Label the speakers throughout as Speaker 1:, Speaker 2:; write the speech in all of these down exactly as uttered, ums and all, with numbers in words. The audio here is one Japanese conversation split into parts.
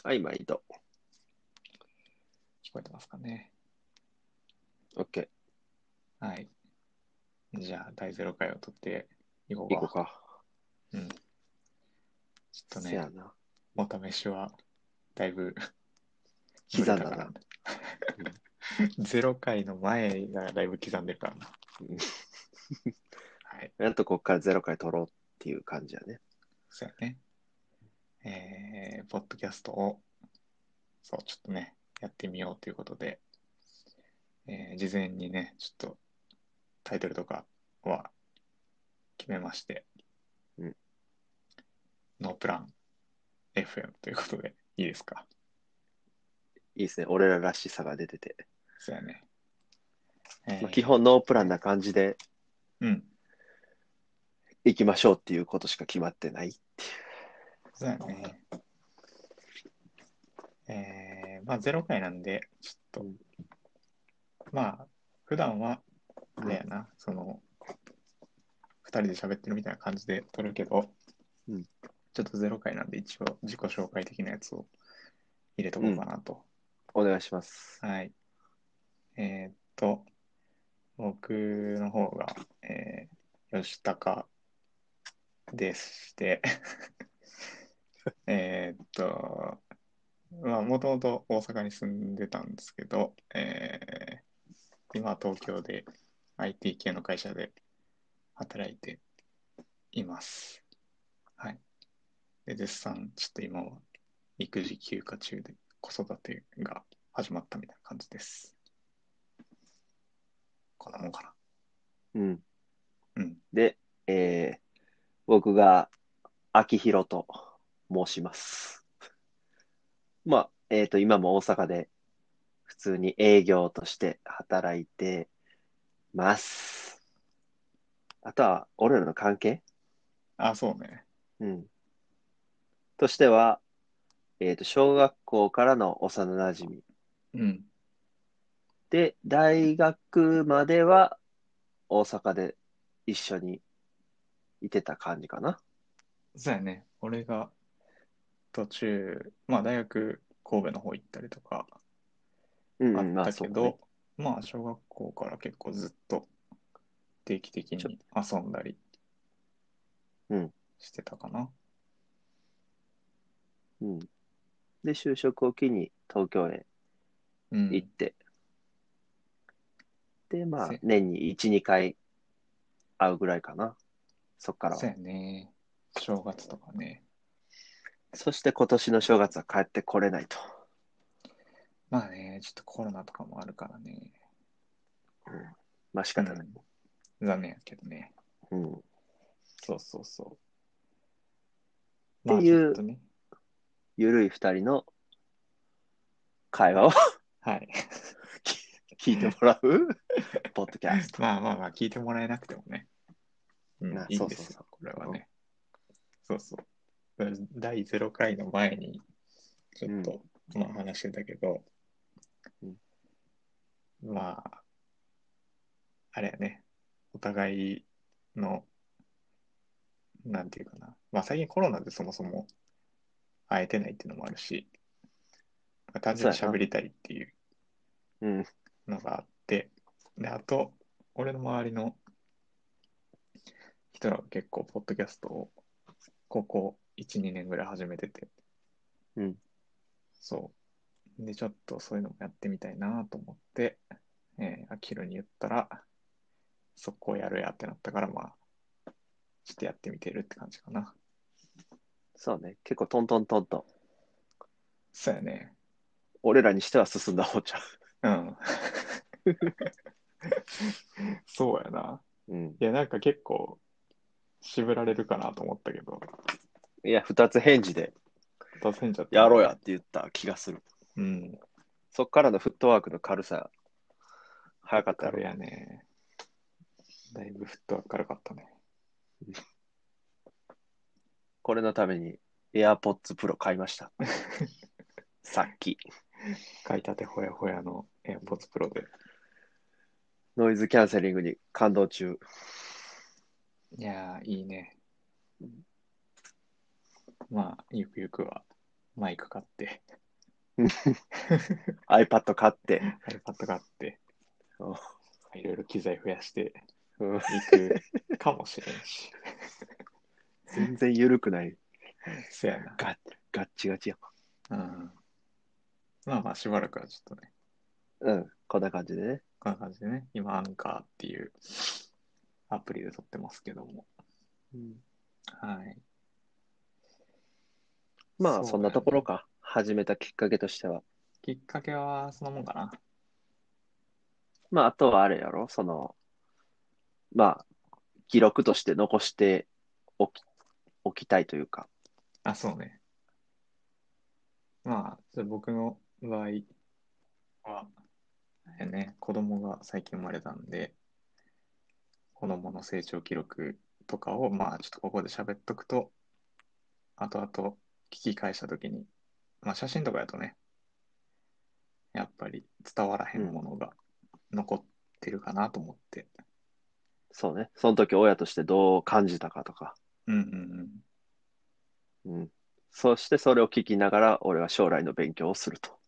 Speaker 1: はい、毎度。
Speaker 2: 聞こえてますかね。
Speaker 1: OK。
Speaker 2: はい。じゃあ、第ゼロ回を取っていこうか。
Speaker 1: 行こうか。
Speaker 2: うん。ちょっとね、
Speaker 1: せやな。
Speaker 2: 元飯はだいぶ
Speaker 1: 刻んだ
Speaker 2: ぶれたから。
Speaker 1: な。
Speaker 2: ゼロ回の前がだいぶ刻んでるからな。
Speaker 1: うん
Speaker 2: はい。
Speaker 1: やっとここからゼロ回取ろうっていう感じやね。
Speaker 2: そうやね。えー、ポッドキャストを、そう、ちょっとね、やってみようということで、えー事前にね、ちょっとタイトルとかは決めまして、
Speaker 1: うん。
Speaker 2: ノープラン エフエム ということで、いいですか。
Speaker 1: いいですね。俺ららしさが出てて。
Speaker 2: そうやね。
Speaker 1: まあ、
Speaker 2: え
Speaker 1: 基本ノープ
Speaker 2: ーね
Speaker 1: ランな感じで
Speaker 2: うん。
Speaker 1: 行きましょうっていうことしか決まってないってい
Speaker 2: そうやね。えー、まあゼロ回なんで、ちょっ
Speaker 1: う。うん。
Speaker 2: と、まあ、普段は、あ
Speaker 1: うん。
Speaker 2: れやな、その、二人で喋ってるみたいな感じで撮るけど、
Speaker 1: うん。
Speaker 2: ちょっとゼロ回なんで一応自己紹介的なやつを入れとこう
Speaker 1: うん。
Speaker 2: かなと。
Speaker 1: お願いします。
Speaker 2: はい。えーっと、僕の方が、えー、吉高でして、えーっと、まあ、もともと大阪に住んでたんですけど、えー、今は東京で アイティー 系の会社で働いています。はい。で、絶賛、ちょっと今は育児休暇中で子育てが始まったみたいな感じです。こんなもんか
Speaker 1: うん。
Speaker 2: な。うん。
Speaker 1: で、えー、僕が秋広と申します。まあ、えっと、今も大阪で普通に営業として働いてます。あとは、俺らの関係
Speaker 2: あ、そうね。
Speaker 1: うん。としては、えっと、小学校からの幼馴染
Speaker 2: うん。
Speaker 1: で、大学までは大阪で一緒にいてた感じかな。
Speaker 2: そうやね。俺が途中、まあ大学神戸の方行ったりとかあっ
Speaker 1: うんうん、まあそうだね。
Speaker 2: たけど、まあ小学校から結構ずっと定期的
Speaker 1: ちょ、
Speaker 2: に遊んだり
Speaker 1: うん、
Speaker 2: してたかな。
Speaker 1: うん。で、就職を機に東京へ
Speaker 2: うん。
Speaker 1: 行って、で、まあ、
Speaker 2: せ、
Speaker 1: 年にいち、にかい会うぐらいかな。そっからは。
Speaker 2: そうやね。正月とかね。
Speaker 1: そして今年の正月は帰ってこれないと。
Speaker 2: まあね、ちょっとコロナとかもあるからね。
Speaker 1: うん、まあ仕方ない。
Speaker 2: うん。残念やけどね。
Speaker 1: うん。っ
Speaker 2: そうそうそう。まあちょっ
Speaker 1: ていう
Speaker 2: とね。
Speaker 1: ゆるい二人の会話を
Speaker 2: はい。
Speaker 1: 聞いてもらうポッドキャスト。
Speaker 2: まあまあまあ、聞いてもらえなくてもね。うん、
Speaker 1: な、
Speaker 2: いいんですよ、
Speaker 1: そうそうそ
Speaker 2: これは
Speaker 1: う。
Speaker 2: ね。そうそう。だいゼロ回の前に、ちょっ
Speaker 1: うん。
Speaker 2: と、まあ話してたけど、
Speaker 1: うん。
Speaker 2: まあ、あれやね。お互いの、なんていうかな。まあ最近コロナでそもそも会えてないっていうのもあるし、単純に
Speaker 1: そうやな。
Speaker 2: 喋りたいっていう
Speaker 1: うん。
Speaker 2: のがあって、で、あと、俺の周りの人らが結構、ポッドキャストをここいち、にねんぐらい始めてて、
Speaker 1: うん。
Speaker 2: そう。で、ちょっとそういうのもやってみたいなと思って、えー、アキロに言ったら、速攻やるやってなったから、まあ、ちょっとやってみてるって感じかな。
Speaker 1: そうね。結構トントントンと、
Speaker 2: そうやね。
Speaker 1: 俺らにしては進んだ方ちゃ
Speaker 2: うん。そうやな。
Speaker 1: う。うん。
Speaker 2: いや、なんか結構、渋られるかなと思ったけど、
Speaker 1: いや、二つ返事で
Speaker 2: 出せんじゃったね。
Speaker 1: やろうやって言った気がする。
Speaker 2: うん。
Speaker 1: そっからのフットワークの軽さ、早かったやろ。
Speaker 2: 軽やね。だいぶフットワーク軽かったね。
Speaker 1: これのために AirPods Pro 買いました。さっき。
Speaker 2: 買いたてほやほやの AirPods Pro で。
Speaker 1: ノイズキャンセリングに感動中。
Speaker 2: いやー、いいね。まあ、ゆくゆくはマイク買って、
Speaker 1: iPad 買って、
Speaker 2: iPad 買って、
Speaker 1: うん
Speaker 2: いろいろ機材増やして
Speaker 1: うん
Speaker 2: いくかもしれんし。
Speaker 1: 全然緩くない。
Speaker 2: せやな。
Speaker 1: ガッ、ガッチガチや
Speaker 2: うん。まあまあ、しばらくはちょっとね、
Speaker 1: ん。うん。こんな感じでね。
Speaker 2: こんな感じでね、今、アンカーっていうアプリで撮ってますけども。
Speaker 1: うん、
Speaker 2: はい。
Speaker 1: まあ、そんな
Speaker 2: そうやね。
Speaker 1: ところか。始めたきっかけとしては。
Speaker 2: きっかけはそのもんかな。
Speaker 1: まあ、あとはあれやろ。その、まあ、記録として残しておき、おきたいというか。
Speaker 2: あ、そうね。まあ、それ僕の場合は、えね、子供が最近生まれたんで、子供の成長記録とかを、まあ、ちょっとここで喋っとくと、後々聞き返したときに、まあ、写真とかやとね、やっぱり伝わらへ
Speaker 1: うん。
Speaker 2: んものが残ってるかなと思って。
Speaker 1: そうね。その時親としてどう感じたかとか。
Speaker 2: うんうん
Speaker 1: うん。そしてそれを聞きながら俺は将来の勉強をすると。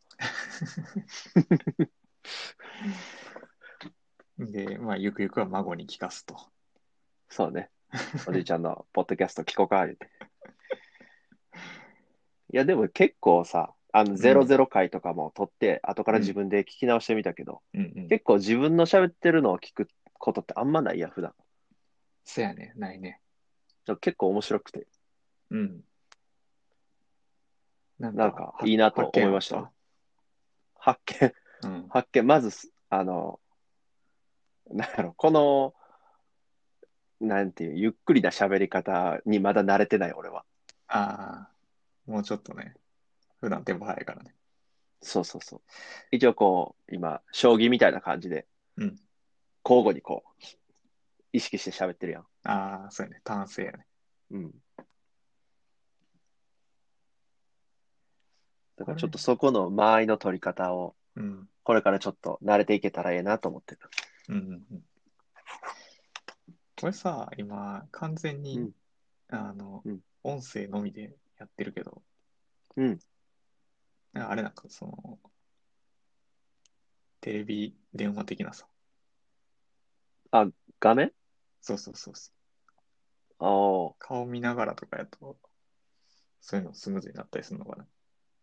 Speaker 2: うん。で、まあ、ゆくゆくは孫に聞かすと。
Speaker 1: そうね。おじいちゃんのポッドキャスト聞こうか、言うて。いや、でも結構さ、あの、ゼロ
Speaker 2: うん。
Speaker 1: ゼロ回とかも撮って、後から自
Speaker 2: うん。
Speaker 1: 分で聞き直してみたけど、
Speaker 2: うんうん。
Speaker 1: 結構自分の喋ってるのを聞くことってあんまないや、普段。
Speaker 2: そやね、ないね。
Speaker 1: 結構面白くて、
Speaker 2: うん。なんか、
Speaker 1: なんか
Speaker 2: は
Speaker 1: いいなと
Speaker 2: 発見
Speaker 1: 思いましたよ。
Speaker 2: あった。
Speaker 1: 発見、
Speaker 2: うん。
Speaker 1: 発見、まず、あの、なんやろ、この、なんていう、ゆっくりな喋り方にまだ慣れてない俺は。
Speaker 2: ああ、もうちょっとね、普段テンポ早いからね。
Speaker 1: そうそうそう。一応こう、今、将棋みたいな感じで、
Speaker 2: うん。
Speaker 1: 交互にこう、意識して喋ってるやん。
Speaker 2: ああ、そうやね。単性やね。
Speaker 1: うん。だからちょっ
Speaker 2: これ、
Speaker 1: とそこの間合いの取り方を、
Speaker 2: うん。
Speaker 1: これからちょっと慣れていけたらええなと思ってる。
Speaker 2: うんうんうん。これさ、今、完全に、
Speaker 1: うん、
Speaker 2: あの、
Speaker 1: うん、
Speaker 2: 音声のみでやってるけど、
Speaker 1: うん。
Speaker 2: あれなんか、その、テレビ電話的なさ。
Speaker 1: あ、画面
Speaker 2: そうそうそうそう。
Speaker 1: ああ、
Speaker 2: 顔見ながらとかやと、そういうのスムーズになったりするのかな。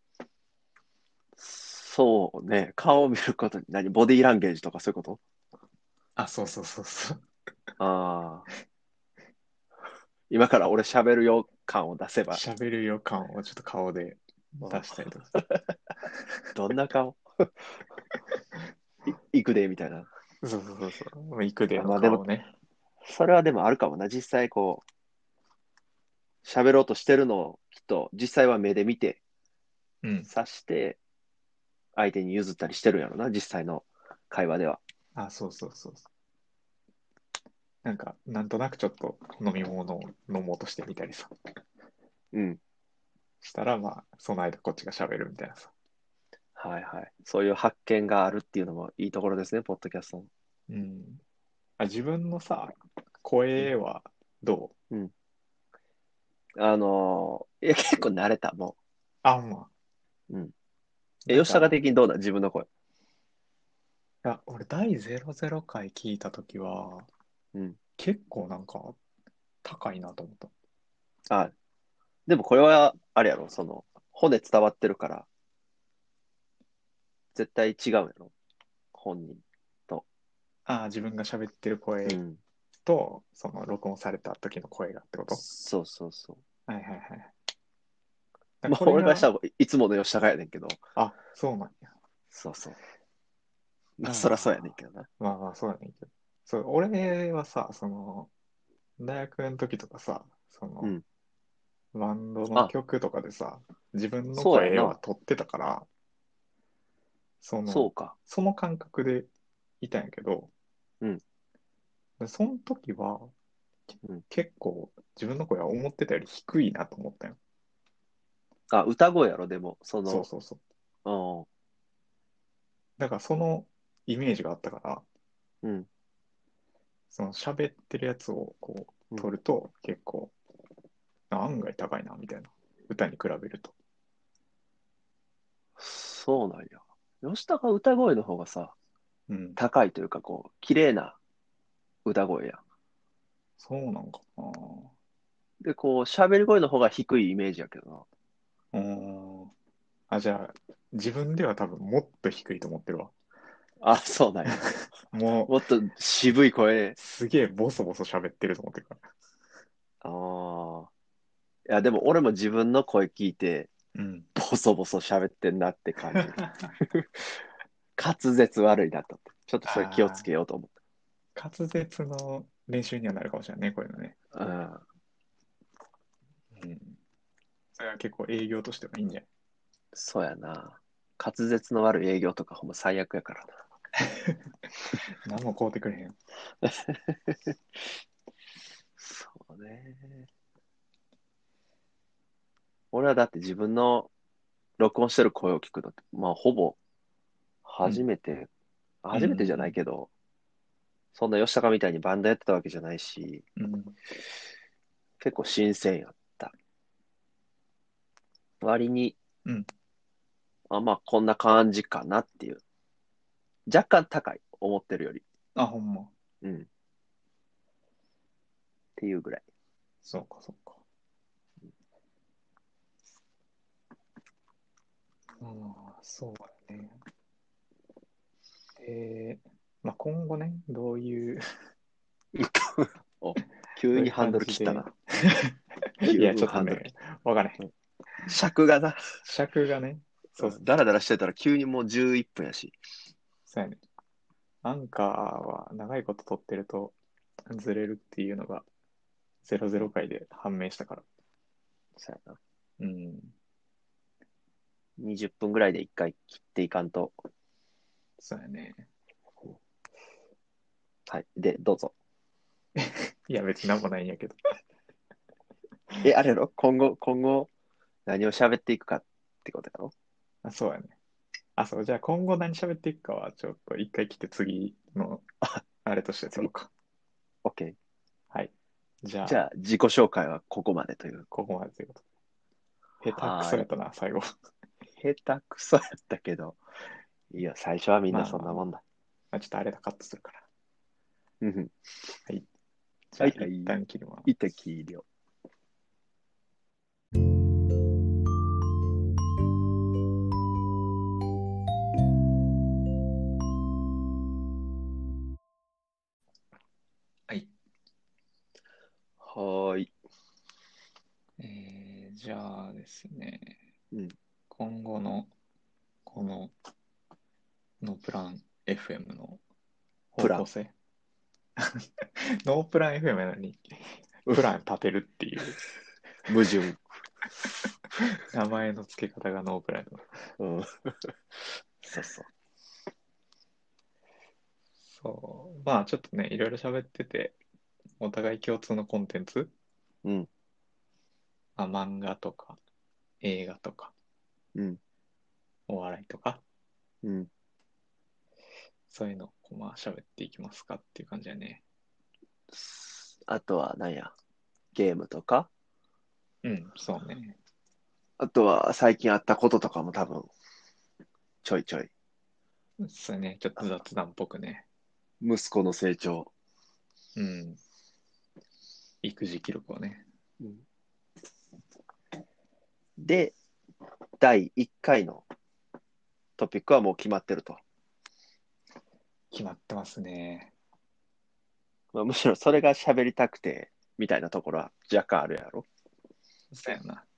Speaker 1: そうね。顔を見ることに何ボディーランゲージとかそういうこと
Speaker 2: あ、そうそうそうそう。
Speaker 1: ああ今から俺喋るよ感を出せば、
Speaker 2: 喋る予感をちょっと顔で
Speaker 1: うん
Speaker 2: 出したりとか。
Speaker 1: どんな顔い行くでみたいな。
Speaker 2: そうそうそうそう。まあ、行くで
Speaker 1: あ、
Speaker 2: の
Speaker 1: まあでも、
Speaker 2: 顔ね。
Speaker 1: それはでもあるかもな。実際こう、喋ろうとしてるのをきっと実際は目で見て、
Speaker 2: うん。
Speaker 1: 察して相手に譲ったりしてるんやろな。実際の会話では。
Speaker 2: あ、そうそうそうそう。なんか、なんとなくちょっと飲み物を飲もうとしてみたりさ。
Speaker 1: うん。
Speaker 2: したら、まあ、その間こっちが喋るみたいなさ。
Speaker 1: はいはい。そういう発見があるっていうのもいいところですね、ポッドキャストの。
Speaker 2: うん。あ、自分のさ、
Speaker 1: うん。
Speaker 2: 声はどう？
Speaker 1: うん。あのーいや、結構慣れた、も
Speaker 2: あ、ま
Speaker 1: う。うん。
Speaker 2: あ、
Speaker 1: え、吉高
Speaker 2: なんか、
Speaker 1: 的にどうだ自分の声。
Speaker 2: いや、俺、第ゼロゼロ回聞いたときは、
Speaker 1: うん。
Speaker 2: 結構なんか、高いなと思った。
Speaker 1: あ、でもこれは、あれやろ、その、骨伝わってるから、絶対違うやろ、本人と。
Speaker 2: あ、自分が喋ってる声
Speaker 1: うん。
Speaker 2: と、その、録音された時の声がってこと？
Speaker 1: そうそうそ
Speaker 2: はいはいはい。だ
Speaker 1: う。まあ、
Speaker 2: これが、
Speaker 1: 俺からしたらいつもの吉高やねんけど、
Speaker 2: あ、そうなんや。
Speaker 1: そうそう。まあ、そらそうやねん
Speaker 2: ああ、
Speaker 1: けどな。
Speaker 2: まあまあ、そうだねんけど。そう、俺はさ、その、大学の時とかさ、その、
Speaker 1: うん。
Speaker 2: バンドの
Speaker 1: あ、
Speaker 2: 曲とかでさ、自分の声は
Speaker 1: そうやな。
Speaker 2: 取ってたから、その、
Speaker 1: そうか。
Speaker 2: その感覚でいたんやけど、
Speaker 1: うん。
Speaker 2: でその時は
Speaker 1: うん。
Speaker 2: 結構自分の声は思ってたより低いなと思ったよ。
Speaker 1: あ、歌声やろ、でも、その、
Speaker 2: そうそうそう。
Speaker 1: うん。
Speaker 2: だからそのイメージがあったから、
Speaker 1: うん。
Speaker 2: その喋ってるやつをこう
Speaker 1: うん。
Speaker 2: 取ると結構案外高いなみたいな。歌に比べると。
Speaker 1: そうなんや。吉高歌声の方がさ、
Speaker 2: うん。
Speaker 1: 高いというか、こう、綺麗な歌声やん。
Speaker 2: そうなんかな。
Speaker 1: で、こう、喋り声の方が低いイメージやけど
Speaker 2: うーん。あ、じゃあ、自分では多分もっと低いと思ってるわ。
Speaker 1: な。あ、そうなんや。
Speaker 2: もう、
Speaker 1: もっと渋い声。
Speaker 2: すげえボソボソ喋ってると思ってるから。
Speaker 1: ああ。いや、でも俺も自分の声聞いて、
Speaker 2: うん。
Speaker 1: ボソボソ喋ってんなって感じる。滑舌悪いなと思って。ちょっとそれ気をつ
Speaker 2: あ
Speaker 1: けようと思っ
Speaker 2: あ、滑舌の練習にはなるかもしれないね、こういうのね。
Speaker 1: た。うん。
Speaker 2: うん。それは結構営業としてはいいんじゃない？
Speaker 1: そうやな。滑舌の悪い営業とかほんま最悪やから
Speaker 2: 何も買うてくれへん。
Speaker 1: な。そうね。俺はだって自分の録音してる声を聞くのって、まあほぼ
Speaker 2: うん。
Speaker 1: 初めて、
Speaker 2: うんうん
Speaker 1: 初めてじゃないけど、そんな吉高みたいにバンドやってたわけじゃないし、
Speaker 2: うん。うん。
Speaker 1: 結構新鮮やった。割に、
Speaker 2: うん。
Speaker 1: あ、まあこんな感じかなっていう。若干高い、思ってるより。
Speaker 2: あ、ほんま。
Speaker 1: うん。っていうぐらい。
Speaker 2: そうか、そうか。ああ、そうだね。えー、まあ、今後ね、どういう、
Speaker 1: お、急
Speaker 2: どういう
Speaker 1: にハンド
Speaker 2: 感じで。
Speaker 1: ル切ったな。
Speaker 2: いや、
Speaker 1: 急に
Speaker 2: ちょっとね、
Speaker 1: ハンドル切った。
Speaker 2: わかんない。
Speaker 1: うん、尺がな。
Speaker 2: 尺がね、そうそう
Speaker 1: うん、だ
Speaker 2: そう。
Speaker 1: らだらしてたら急にもうじゅういっぷんやし。
Speaker 2: そうやね。アンカーは長いこと撮ってるとずれるっていうのがゼロゼロ回で判明したから。
Speaker 1: そうやな。
Speaker 2: うん。
Speaker 1: にじゅっぷんぐらいでいっかい切っていかんと。
Speaker 2: そうやね。
Speaker 1: はい。で、どうぞ。
Speaker 2: いや、別になんもないんやけど。
Speaker 1: え、あれやろ今後、今後、何を喋っていくかってことやろ？
Speaker 2: あ、そうやね。あ、そう、じゃあ今後何喋っていくかはちょっと一回来て次の
Speaker 1: あ、
Speaker 2: あれとして取ろ
Speaker 1: 次。
Speaker 2: うか。
Speaker 1: OK。
Speaker 2: はい。じゃあ、
Speaker 1: じゃあ、自己紹介はここまでという。
Speaker 2: ここまでということで。下手く
Speaker 1: はーい。
Speaker 2: そやったな、最後。
Speaker 1: 下手くそやったけど、いや、最初はみんな
Speaker 2: まあまあまあ。
Speaker 1: そんなもんだ。
Speaker 2: まあ、ちょっとあれだ、カットするから。
Speaker 1: うんうん。
Speaker 2: はい。じゃあ、一
Speaker 1: はいはい。
Speaker 2: 旦切ります。
Speaker 1: いてきりょ。
Speaker 2: はい。
Speaker 1: はーい。
Speaker 2: えー、じゃあですね、
Speaker 1: うん。
Speaker 2: 今後のこのノープラン エフエム の
Speaker 1: プラン。
Speaker 2: 方向性。ノープラン エフエム なのに、プラン立てるっていう
Speaker 1: 矛盾。
Speaker 2: 名前の付け方がノープラン。
Speaker 1: うん。そうそ
Speaker 2: そう。まあちょっとね、いろいろ喋ってて、お互い共通のコンテンツ、
Speaker 1: う。うん。
Speaker 2: まあ、漫画とか映画とか
Speaker 1: うん。
Speaker 2: お笑いとか、
Speaker 1: うん。
Speaker 2: そういうのをまあ喋っていきますかっていう感じだね。
Speaker 1: あとは、なんや、ゲームとか、
Speaker 2: うん、そうね。
Speaker 1: あとは最近あったこととかも多分、ちょいちょい。
Speaker 2: そうね、ちょっと雑談っぽくね。
Speaker 1: 息子の成長。
Speaker 2: うん。育児記録をね。
Speaker 1: うん、で、だいいっかいのトピックはもう決まってると。
Speaker 2: 決まってますね。
Speaker 1: まあ、むしろそれが喋りたくて、みたいなところは若干あるやろ。
Speaker 2: そうやな。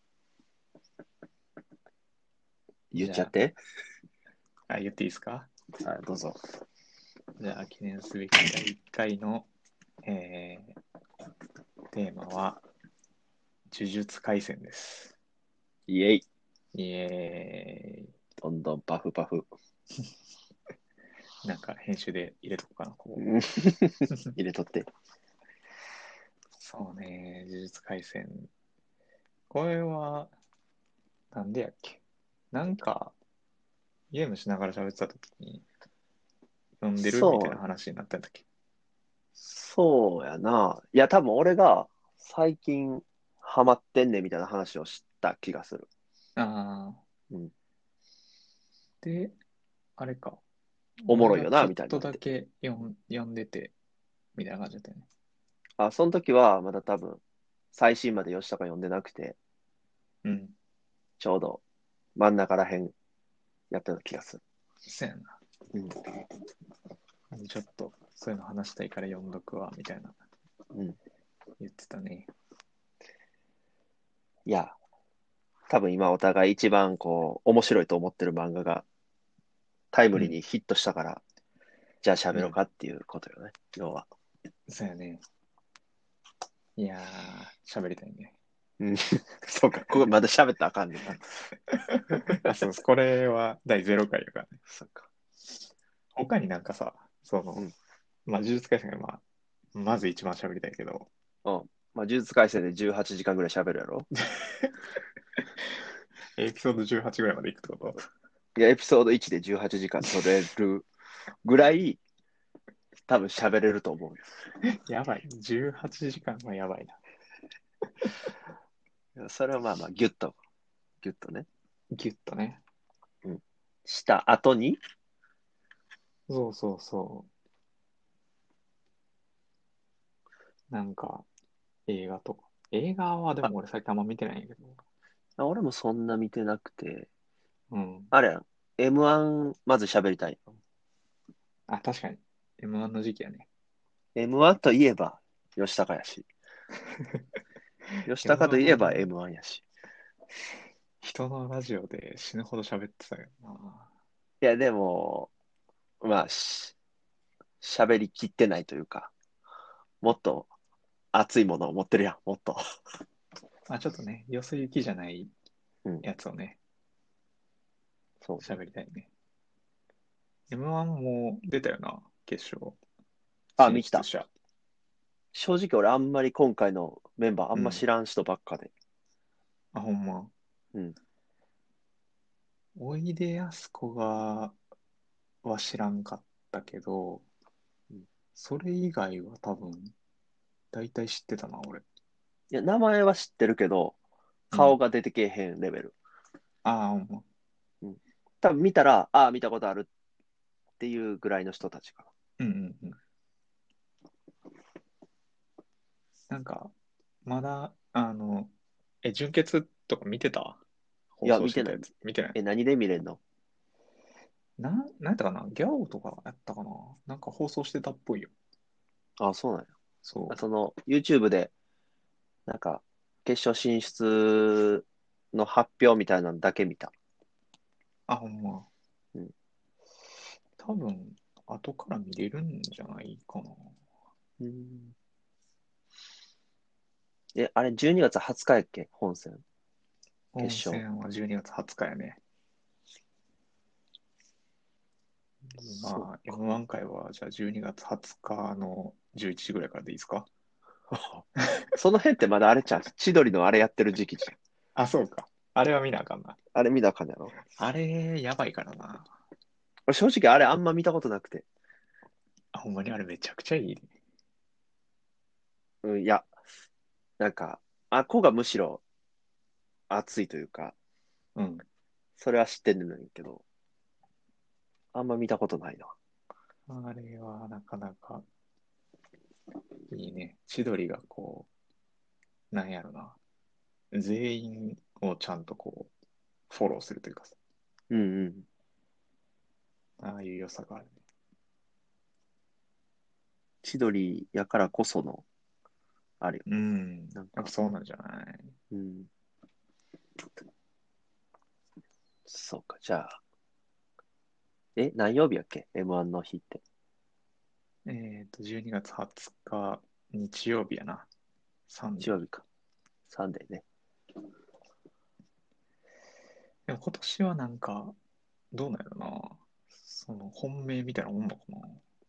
Speaker 2: じゃ
Speaker 1: 言っちゃって。
Speaker 2: あ、あ、言っていいですか？
Speaker 1: あ、どうぞ。
Speaker 2: じゃあ、記念すべきだいいっかいの、えー、テーマは、呪術廻戦です。
Speaker 1: イエイ。
Speaker 2: イエ
Speaker 1: どんどんパフパフ。
Speaker 2: ーイ。なんか編集で入れとこうかな、こ
Speaker 1: うん、
Speaker 2: こ。
Speaker 1: 入れとって。
Speaker 2: そうね、呪術廻戦。これは、なんでやっけ？なんか、ゲームしながら喋ってた時に、読んでるみたいな
Speaker 1: そう、
Speaker 2: 話になったんだっけ？
Speaker 1: そうやな。いや、多分俺が最近ハマってんねんみたいな話をした気がする。
Speaker 2: ああ、
Speaker 1: うん。
Speaker 2: で、あれか。
Speaker 1: おもろいよな、
Speaker 2: 俺がちょっ
Speaker 1: みたいになって。
Speaker 2: とだけ読ん読んでて、みたいな感じだったよね。
Speaker 1: あ、その時はまだ多分、最新まで吉高読んでなくて、
Speaker 2: うん。
Speaker 1: ちょうど真ん中らへんやってた気がする。
Speaker 2: そうやな。
Speaker 1: うん。
Speaker 2: ちょっと、そういうの話したいから読んどくわ、みたいな
Speaker 1: うん。
Speaker 2: 言ってたね。
Speaker 1: いや、多分今お互い一番こう、面白いと思ってる漫画がタイムリーにヒットしたから、じゃあ喋ろうかっていうことよね、要は。
Speaker 2: そうやね。いやー、喋りたいね。
Speaker 1: うん。そうか、ここまだ喋ったらあかんねんな。
Speaker 2: あ、そうそう、これはだいゼロ回やからね。
Speaker 1: そうか。
Speaker 2: 他になんかさ、その、
Speaker 1: うん。
Speaker 2: まあ、呪術廻戦がまあ、まず一番喋りたいけど、
Speaker 1: うん。まあ、呪術廻戦でじゅうはちじかんぐらい喋るやろ。
Speaker 2: エピソードじゅうはちぐらいまでいくってこと？
Speaker 1: いや、エピソードいちでじゅうはちじかん取れるぐらい、多分喋れると思うよ。
Speaker 2: やばい。じゅうはちじかんはやばいな。
Speaker 1: いやそれはまあまあ、ギュッと、ギュッとね。
Speaker 2: ギュッとね。
Speaker 1: うん。した後に、
Speaker 2: そうそうそう。なんか、映画とか。映画はで
Speaker 1: あ、
Speaker 2: も俺最近あんま見てないんやけど。
Speaker 1: あ俺もそんな見てなくて、
Speaker 2: うん。
Speaker 1: あれやん、エムワン まず喋りたいよ。
Speaker 2: あ、確かに。エムワン の時期やね。
Speaker 1: エムワン といえば、吉高やし。吉高といえば
Speaker 2: エムワン、
Speaker 1: エムワン やし。
Speaker 2: 人のラジオで死ぬほど喋ってたよな。
Speaker 1: いや、でも、まあ、し喋りきってないというか、もっと熱いものを持ってるやん、もっと。
Speaker 2: まあちょっとね、よそ行きじゃない
Speaker 1: うん、
Speaker 2: やつをね、
Speaker 1: そうね。
Speaker 2: 喋りたいね。エムワン も出たよな、決勝。
Speaker 1: あ、見た。
Speaker 2: 進出者。
Speaker 1: 正直俺あんまり今回のメンバーあんま
Speaker 2: うん。
Speaker 1: 知らん人ばっかで。
Speaker 2: あ、ほんま。
Speaker 1: うん。
Speaker 2: おいでやすこがは知らんかったけど、
Speaker 1: うんい
Speaker 2: それ以外は多分、大体知ってたな、俺。
Speaker 1: や、名前は知ってるけど、
Speaker 2: うん。
Speaker 1: 顔が出てけえへんレベル。
Speaker 2: ああ、ほんま。
Speaker 1: うん。多分見たら、ああ、見たことあるっていうぐらいの人たちか
Speaker 2: うんうんうん。なんか、まだ、あの、え、純潔とか見てた？
Speaker 1: な。いや、
Speaker 2: 放送
Speaker 1: 見てない。
Speaker 2: してたやつ。見てない？
Speaker 1: え、何で見れんの？
Speaker 2: な、なんやったかな、ギャオとかやったかな、なんか放送してたっぽいよ。
Speaker 1: あ、そうなんや。あ
Speaker 2: そう。
Speaker 1: その、YouTube で、なんか、決勝進出の発表みたいなのだけ見た。
Speaker 2: あ、ほんま。
Speaker 1: うん。
Speaker 2: 多分、後から見れるんじゃないかな。
Speaker 1: うんえ、あれ、じゅうにがつはつかやっけ本戦。決
Speaker 2: 本
Speaker 1: 勝。
Speaker 2: 戦はじゅうにがつはつかやね。
Speaker 1: そう
Speaker 2: まあ、
Speaker 1: か。
Speaker 2: エムワン 回は、じゃあじゅうにがつはつかのじゅういちじぐらいからでいいですか？
Speaker 1: その辺ってまだあれちゃう。千鳥のあれやってる時期じゃん。
Speaker 2: あ、そうか。あれは見なあかんな。
Speaker 1: あれ見なあかんやろ。
Speaker 2: あれ、やばいからな。
Speaker 1: 俺正直あれあんま見たことなくて。
Speaker 2: あ、ほんまにあれめちゃくちゃいいね。
Speaker 1: うん、いや、なんか、あっこがむしろ熱いというか、
Speaker 2: うん。
Speaker 1: それは知ってるのにけど、あんま見たことないな。
Speaker 2: あれはなかなかいいね。千鳥がこう、なんやろな。全員をちゃんとこう、フォローするというかさ、
Speaker 1: うんうん。
Speaker 2: ああいう良さがあるね。
Speaker 1: 千鳥やからこその、あれよね。
Speaker 2: うん。
Speaker 1: なんか、
Speaker 2: やっぱそうなんじゃない？
Speaker 1: うん。そうか、じゃあ、え、何曜日やっけ ?エムワン の日って。
Speaker 2: えっと、じゅうにがつはつか、日曜日やな。サンデー。
Speaker 1: 日曜日か。サンデーね。
Speaker 2: でも今年はなんか、どうなんやろな。その、本命みたいなもんのかな。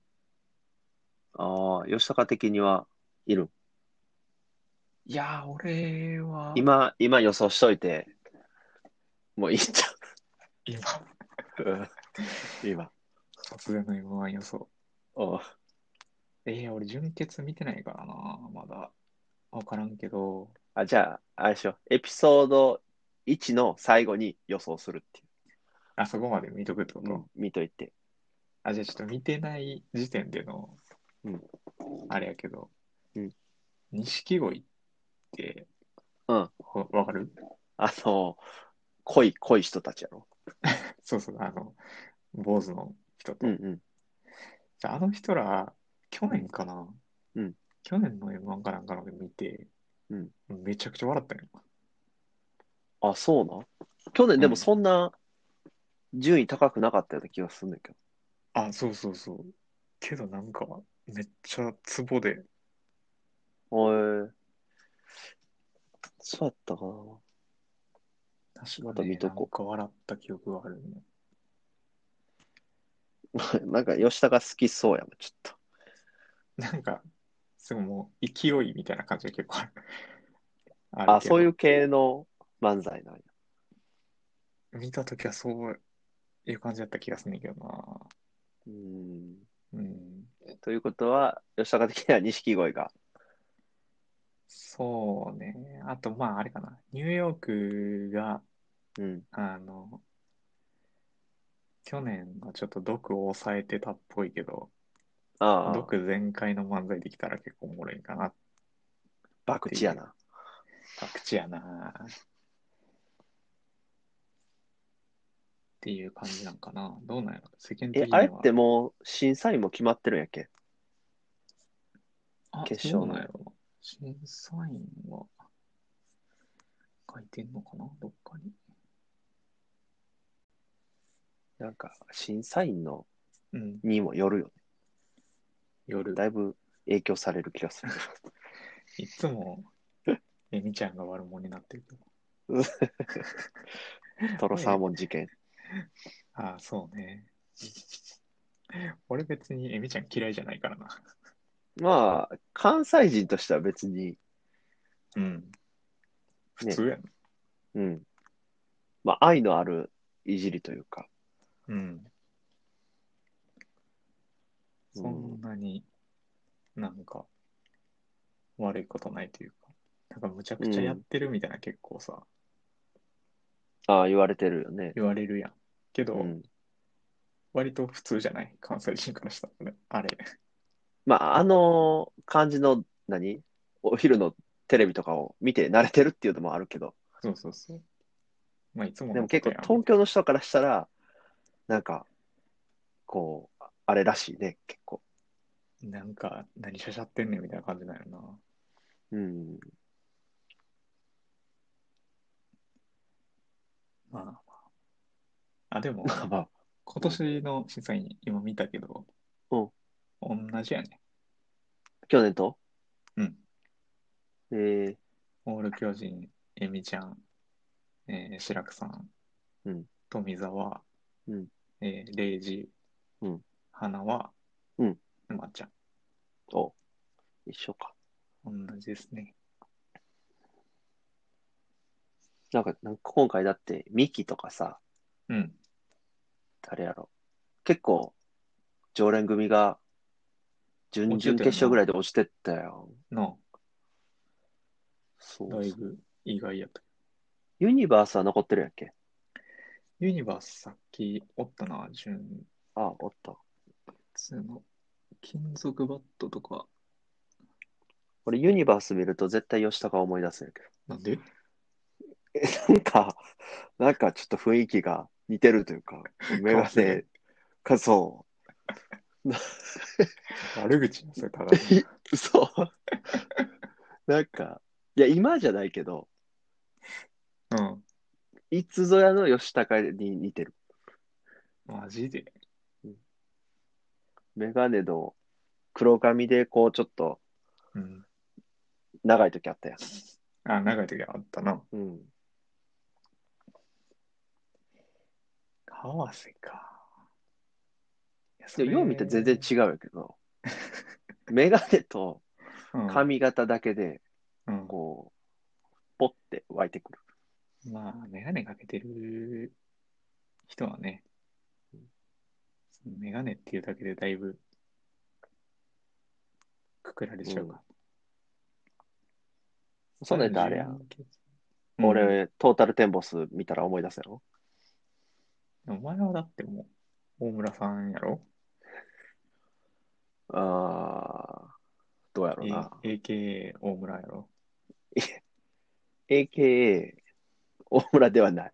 Speaker 1: ああ、吉高的にはいる。
Speaker 2: いやー、俺は、
Speaker 1: 今、今予想しといて、もういいんちゃ
Speaker 2: 今、
Speaker 1: う。うん今。
Speaker 2: 突然の エムワン 予想。
Speaker 1: おう
Speaker 2: えー、俺、純潔見てないからな、まだ。わからんけど、
Speaker 1: あ、じゃあ、あれでしょ。エピソードいちの最後に予想するっていう。
Speaker 2: あそこまで見とくってこ
Speaker 1: うん、
Speaker 2: と？
Speaker 1: 見といて。
Speaker 2: あ、じゃあちょっと見てない時点での、
Speaker 1: うん、
Speaker 2: あれやけど、
Speaker 1: うん、
Speaker 2: 錦鯉って
Speaker 1: うん。
Speaker 2: ほわかる？
Speaker 1: あの、濃い、濃い人たちやろ。
Speaker 2: そうそう、あの、坊主の人
Speaker 1: うん、
Speaker 2: と。
Speaker 1: うん、
Speaker 2: じゃあ、あの人ら、去
Speaker 1: うん、
Speaker 2: 年かな、
Speaker 1: うん、
Speaker 2: 去年の エムワン かなんかので見て、
Speaker 1: うん。
Speaker 2: めちゃくちゃ笑ったよ。
Speaker 1: あ、そうなん？去年でも
Speaker 2: うん。
Speaker 1: そんな順位高くなかったような気がするんだけ
Speaker 2: あ、そうそうそう。けどなんか、めっちゃツボで、
Speaker 1: ど。おい、そうやったかな。また見
Speaker 2: 確かね、なん
Speaker 1: とこ
Speaker 2: か笑った記憶があるね。
Speaker 1: う。なんか吉田が好きそうやもん、ちょっと。
Speaker 2: なんか、すごいもう勢いみたいな感じが結構ある。ある
Speaker 1: あ、
Speaker 2: けど、
Speaker 1: そういう系の漫才なんや。
Speaker 2: 見たときはそういう感じだった気がするんだけどな。
Speaker 1: うん。
Speaker 2: うん。
Speaker 1: ということは、吉高的には錦鯉が。
Speaker 2: そうね。あと、まあ、あれかな。ニューヨークが、
Speaker 1: うん。
Speaker 2: あの、去年はちょっと毒を抑えてたっぽいけど、
Speaker 1: ああ、
Speaker 2: 毒全開の漫才できたら結構おもろいかなっていう
Speaker 1: 博打やな。
Speaker 2: 博打やなっていう感じなんかな。どうなんやろ世間
Speaker 1: え、
Speaker 2: 的には。
Speaker 1: あれってもう審査員も決まってるんやっけ？
Speaker 2: あ、ど
Speaker 1: 決勝の。
Speaker 2: うなんやろな。審査員は書いてんのかなどっかに。
Speaker 1: なんか、審査員の
Speaker 2: うん。
Speaker 1: にもよるよね。
Speaker 2: 夜。
Speaker 1: だいぶ影響される気がするけ
Speaker 2: いつも、えみちゃんが悪者になってるけど。
Speaker 1: ど。トロサー
Speaker 2: え、
Speaker 1: モン事件。
Speaker 2: あ、そうね。俺別にえみちゃん嫌いじゃないからな。
Speaker 1: まあ、関西人としては別に、
Speaker 2: うん。普
Speaker 1: ね、
Speaker 2: 通やな。
Speaker 1: うん。まあ、愛のあるいじりというか、
Speaker 2: うん。そ
Speaker 1: うん。
Speaker 2: んなになんか悪いことないというか。なんかむちゃくちゃやっ
Speaker 1: うん。
Speaker 2: てるみたいな結構さ、
Speaker 1: ああ、言われてるよね。
Speaker 2: 言われるやん。けど、
Speaker 1: うん。
Speaker 2: 割と普通じゃない関西人からしたらね。あれ。
Speaker 1: まあ、あの感じの、何お昼のテレビとかを見て慣れてるっていうのもあるけど、
Speaker 2: そうそうそう。まあいつものこ
Speaker 1: でも結構
Speaker 2: とやんみたい
Speaker 1: 東京の人からしたら、なんか、こう、あれらしいね、結構。
Speaker 2: な。なんか何しゃしゃってんねんみたいな感じなんやな。
Speaker 1: うん。
Speaker 2: まあまあ。あ、でも、
Speaker 1: まあまあ、
Speaker 2: 今
Speaker 1: うん。
Speaker 2: 年の審査員今見たけど、
Speaker 1: うん。
Speaker 2: 同じやね。
Speaker 1: 去年と
Speaker 2: うん。
Speaker 1: えー、
Speaker 2: オール巨人、エミちゃん、えー、志らくさん、
Speaker 1: うん。
Speaker 2: 富澤、
Speaker 1: うん。
Speaker 2: えー、レイジ、
Speaker 1: うん。
Speaker 2: 花輪、
Speaker 1: うん。
Speaker 2: 沼ちゃん。
Speaker 1: お、一緒か。
Speaker 2: 同じですね。
Speaker 1: なんか、なんか今回だって、ミキとかさ、
Speaker 2: うん。
Speaker 1: 誰やろ。結構、常連組が準
Speaker 2: 落ちて
Speaker 1: 々決勝ぐ
Speaker 2: たよな。
Speaker 1: らいで落ちてったよ。
Speaker 2: な
Speaker 1: そうそう。
Speaker 2: だいぶ意外やった。
Speaker 1: ユニバースは残ってるやっけ？
Speaker 2: ユニバースさっきおったな、純
Speaker 1: あ、おった。
Speaker 2: 通の金属バットとか。
Speaker 1: 俺ユニバース見ると絶対吉高を思い出すんやけど。
Speaker 2: なんで？
Speaker 1: え、なんか、なんかちょっと雰囲気が似てるというか、メ
Speaker 2: 変わってる。
Speaker 1: ガネか、そう。な
Speaker 2: 悪口や、それただの。
Speaker 1: そう。なんか、いや、今じゃないけど、
Speaker 2: うん。
Speaker 1: いつぞやの吉高に似てる。
Speaker 2: マジで。
Speaker 1: うんメガネの黒髪でこうちょっと
Speaker 2: うん。
Speaker 1: 長い時あったや
Speaker 2: あ、長い時あったな。
Speaker 1: ん。うん。
Speaker 2: 合わせか。いや、そ
Speaker 1: でも、よう見て全然
Speaker 2: れ、
Speaker 1: 違うやけど、メガネと
Speaker 2: うん。
Speaker 1: 髪型だけで、
Speaker 2: うん。
Speaker 1: こう、ポッて湧いてくる。
Speaker 2: まあ、メガネかけてる人はね、メガネっていうだけでだいぶくくられ
Speaker 1: うん。
Speaker 2: ちゃうか。
Speaker 1: そんなんや
Speaker 2: まあでも
Speaker 1: ったらあれやん。
Speaker 2: 純潔。うん。
Speaker 1: 俺、トータルテンボス見たら思い出すやろ？
Speaker 2: お前はだってもう、大村さんやろ？
Speaker 1: あー、どうやろう
Speaker 2: A、
Speaker 1: な。
Speaker 2: エーケーエー 大村やろ？
Speaker 1: エーケーエー 大村ではない。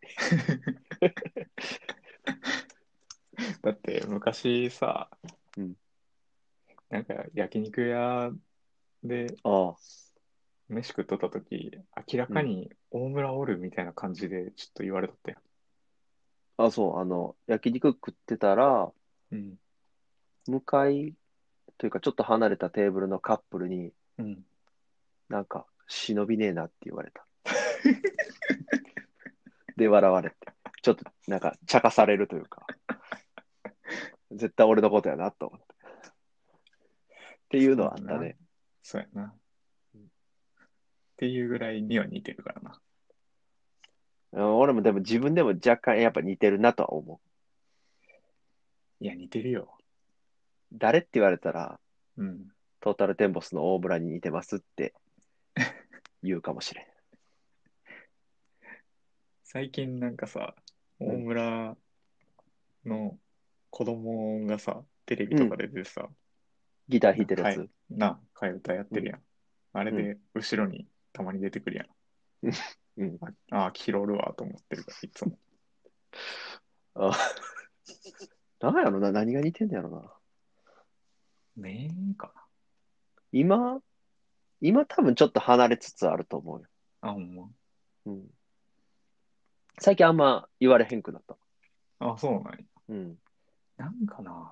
Speaker 2: だって昔さ、
Speaker 1: うん。
Speaker 2: なんか焼肉屋で
Speaker 1: ああ、
Speaker 2: 飯食っとった時、明ら
Speaker 1: うん。
Speaker 2: かに大村おるみたいな感じでちょっと言われとったよ。
Speaker 1: あ、そう、あの、焼肉食ってたら、
Speaker 2: うん。
Speaker 1: 向かいというか、ちょっと離れたテーブルのカップルに、
Speaker 2: うん。
Speaker 1: なんか、忍びねえなって言われた。で、笑われて。ちょっと、なんか、茶化されるというか、絶対俺のことやなと思って。っていうの
Speaker 2: そうやな。
Speaker 1: はあったね。
Speaker 2: そうやな。っていうぐらいには似てるからな。
Speaker 1: うん、俺もでも自分でも若干やっぱ似てるなとは思う。
Speaker 2: いや、似てるよ。
Speaker 1: 誰って言われたら、
Speaker 2: うん。
Speaker 1: トータルテンボスの大村に似てますって言うかもしれん。
Speaker 2: 最近なんかさ、大
Speaker 1: うん。
Speaker 2: 村の子供がさ、テレビとか
Speaker 1: うん。
Speaker 2: で出てさ、
Speaker 1: ギター弾
Speaker 2: なんか替え、
Speaker 1: いてるやつ。
Speaker 2: な、替え歌やっ
Speaker 1: うん。
Speaker 2: てるやん。あれ
Speaker 1: うん。
Speaker 2: で後ろにたまに出てくるやん。
Speaker 1: うん。
Speaker 2: ああ、キロるわと思ってるから、いつも。
Speaker 1: あ、なんやろな、何が似てんのやろな。
Speaker 2: ねえか
Speaker 1: 今、今多分ちょっと離れつつあると思うよ。
Speaker 2: な。あ、ほんま。
Speaker 1: うん。最近あんま言われへんくなった。
Speaker 2: あ、そうなんや。
Speaker 1: うん。
Speaker 2: なんかな、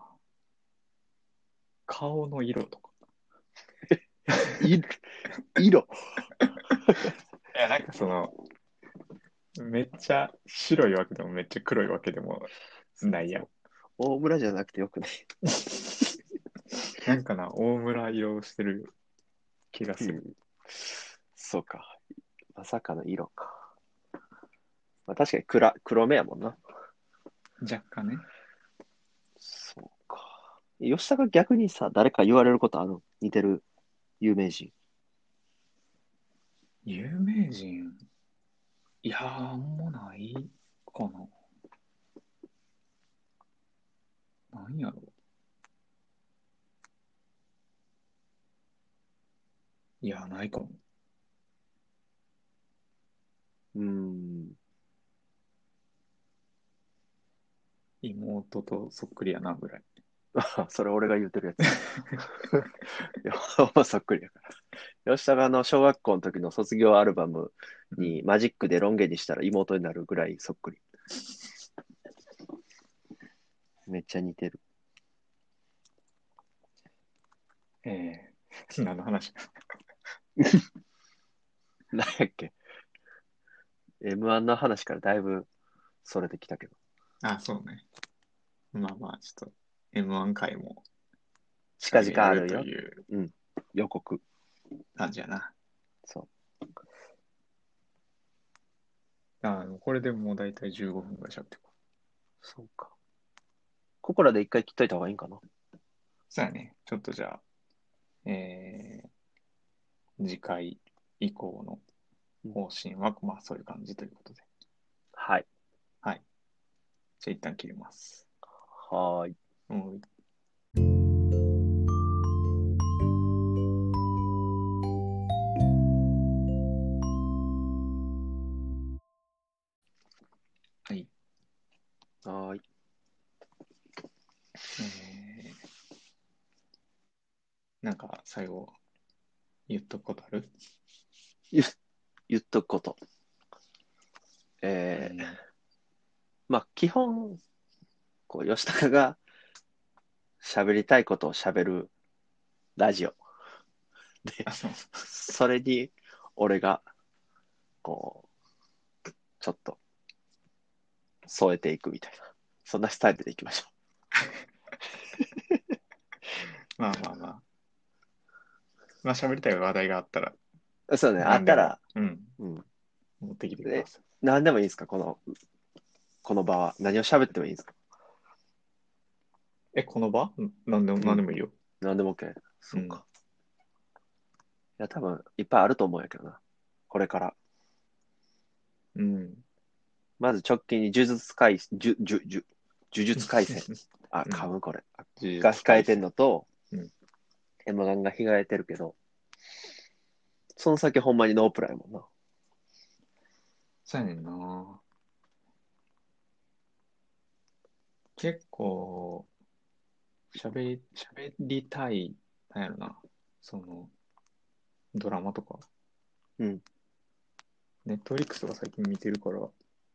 Speaker 2: 顔の色とか。
Speaker 1: い、色。
Speaker 2: いや、なんかその、めっちゃ白いわけでもめっちゃ黒いわけでもないやん。
Speaker 1: 大村じゃなくてよくない？
Speaker 2: なんかな、大村色をしてる気がする。
Speaker 1: うん。そうか。まさかの色か。まあ、確かに暗、黒目やもんな。
Speaker 2: 若干ね。
Speaker 1: そうか。吉田が逆にさ、誰か言われることあるの？似てる有名人。
Speaker 2: 有名人、いやー、あんまないかな。なんやろ。いや、ないかも。
Speaker 1: うーん。
Speaker 2: 妹とそっくりやな、ぐらい。
Speaker 1: あ、それ俺が言うてるやつ。いや、ほんまそっくりやから。吉田があの、小学校の時の卒業アルバム
Speaker 2: うん。
Speaker 1: にマジックでロン毛にしたら妹になるぐらいそっくり。めっちゃ似てる。
Speaker 2: えー、何の話？
Speaker 1: なんやっけ？ エムワン の話からだいぶそれてきたけど。
Speaker 2: あ、そうね。まあまあ、ちょっと エムワン 回も
Speaker 1: 近
Speaker 2: 近々やる
Speaker 1: 々あるよ。
Speaker 2: という
Speaker 1: うん。予告。
Speaker 2: 感じやな。
Speaker 1: そう。
Speaker 2: あの、これでもうだいたいじゅうごふんぐらいしゃべってる。
Speaker 1: そうか。ここらで一回切っといた方がいいんかな。
Speaker 2: そうやね。ちょっとじゃあ、えー、次回以降の
Speaker 1: うん、
Speaker 2: 方針は、まあそういう感じということで。
Speaker 1: はい。
Speaker 2: はい。じゃあ一旦切ります。
Speaker 1: はーい。
Speaker 2: うん。はい。
Speaker 1: はーい。
Speaker 2: えー、なんか最後言っとくことある？
Speaker 1: 言、言っとくこと。えー、
Speaker 2: うん。
Speaker 1: まあ、基本、こう、吉高が喋りたいことを喋るラジオ。で、
Speaker 2: あの、
Speaker 1: それに、俺が、こう、ちょっと添えていくみたいな。そんなスタイルでいきましょ
Speaker 2: まあまあまあ。まあ喋りたい話題があったら、
Speaker 1: う。そうね、あっ
Speaker 2: 何でも、
Speaker 1: たら、
Speaker 2: うん、
Speaker 1: うん。
Speaker 2: 持ってきてくだ
Speaker 1: え、
Speaker 2: さい。
Speaker 1: 何でもいいですか？この、この場は。何を喋ってもいいですか？
Speaker 2: え、この場んなんでも、
Speaker 1: うん。
Speaker 2: なんでもいいよ。
Speaker 1: 何でも OK。
Speaker 2: うん。
Speaker 1: そうか。いや、多分、いっぱいあると思うんやけどな。これから。
Speaker 2: うん。
Speaker 1: まず直近に呪術廻戦、呪、呪、呪、呪術廻戦。あ、
Speaker 2: うん
Speaker 1: 噛むこれ。
Speaker 2: 呪
Speaker 1: が控えてん
Speaker 2: 術廻戦。
Speaker 1: のと、
Speaker 2: うん。
Speaker 1: エマガンが控えてるけど、その先ほんまにノープランやもんな。
Speaker 2: そうやねんな。結構、喋り、喋りたい、なんやろな。その、ドラマとか。
Speaker 1: うん。
Speaker 2: ネットフリックスとか最近見てるから、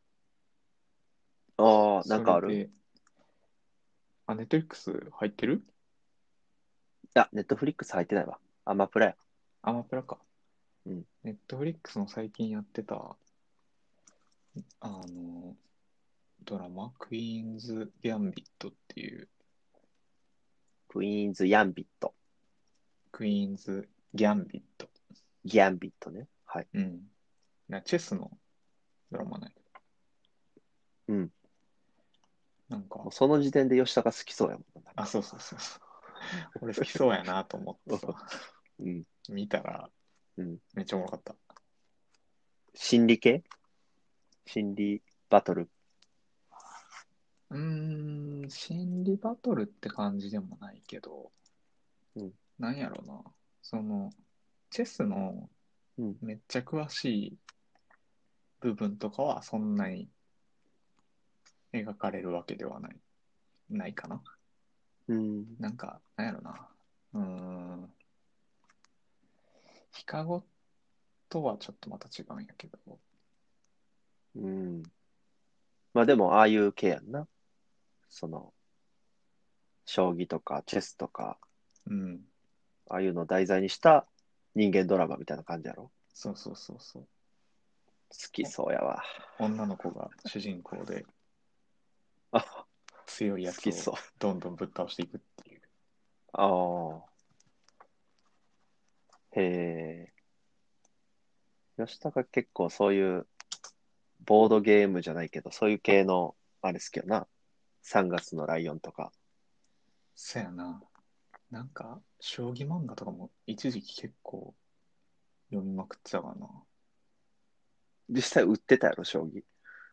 Speaker 1: ああ、なんかある？
Speaker 2: それで、あ、ネットフリックス入ってる？
Speaker 1: いや、ネットフリックス入ってないわ。アマプラや。
Speaker 2: アマプラか。
Speaker 1: うん。
Speaker 2: ネットフリックスの最近やってた、あの、ドラマ、クイーンズ・ギャンビットっていう、
Speaker 1: クイーンズ・ヤンビット。
Speaker 2: クイーンズ・ギャンビット。
Speaker 1: ギャンビットね。はい。
Speaker 2: うん。なチェスのドラマね。
Speaker 1: うん。
Speaker 2: なんか、
Speaker 1: もうその時点で吉高好きそうやもんな。なん
Speaker 2: あ、
Speaker 1: か。
Speaker 2: そうそうそうそう。俺好きそうやなと思ってさ、
Speaker 1: うん。
Speaker 2: 見たら
Speaker 1: うん。
Speaker 2: めっちゃおもろかった。
Speaker 1: 心理系心理バトル。
Speaker 2: うーん、心理バトルって感じでもないけど、
Speaker 1: うん。
Speaker 2: なんやろな。その、チェスの
Speaker 1: うん。
Speaker 2: めっちゃ詳しい部分とかはそんなに描かれるわけではない、ないかな。
Speaker 1: うん。
Speaker 2: なんか、なんやろな。うーん、ヒカゴとはちょっとまた違うんやけど、
Speaker 1: うん。まあでも、ああいう系やんな。その、将棋とかチェスとか、
Speaker 2: うん、
Speaker 1: ああいうのを題材にした人間ドラマみたいな感じやろ。
Speaker 2: そうそうそうそう。
Speaker 1: 好きそうやわ。
Speaker 2: 女の子が主人公で
Speaker 1: あ、好
Speaker 2: 強いやつを
Speaker 1: きそう。
Speaker 2: どんどんぶっ倒していくっていう。
Speaker 1: ああ。へえ。吉高結構そういうボードゲームじゃないけど、そういう系の、あれ好きよな。さんがつのライオンとか。
Speaker 2: そやな。なんか、将棋漫画とかも一時期結構読みまくってたかな。
Speaker 1: 実際売ってたやろ、将棋。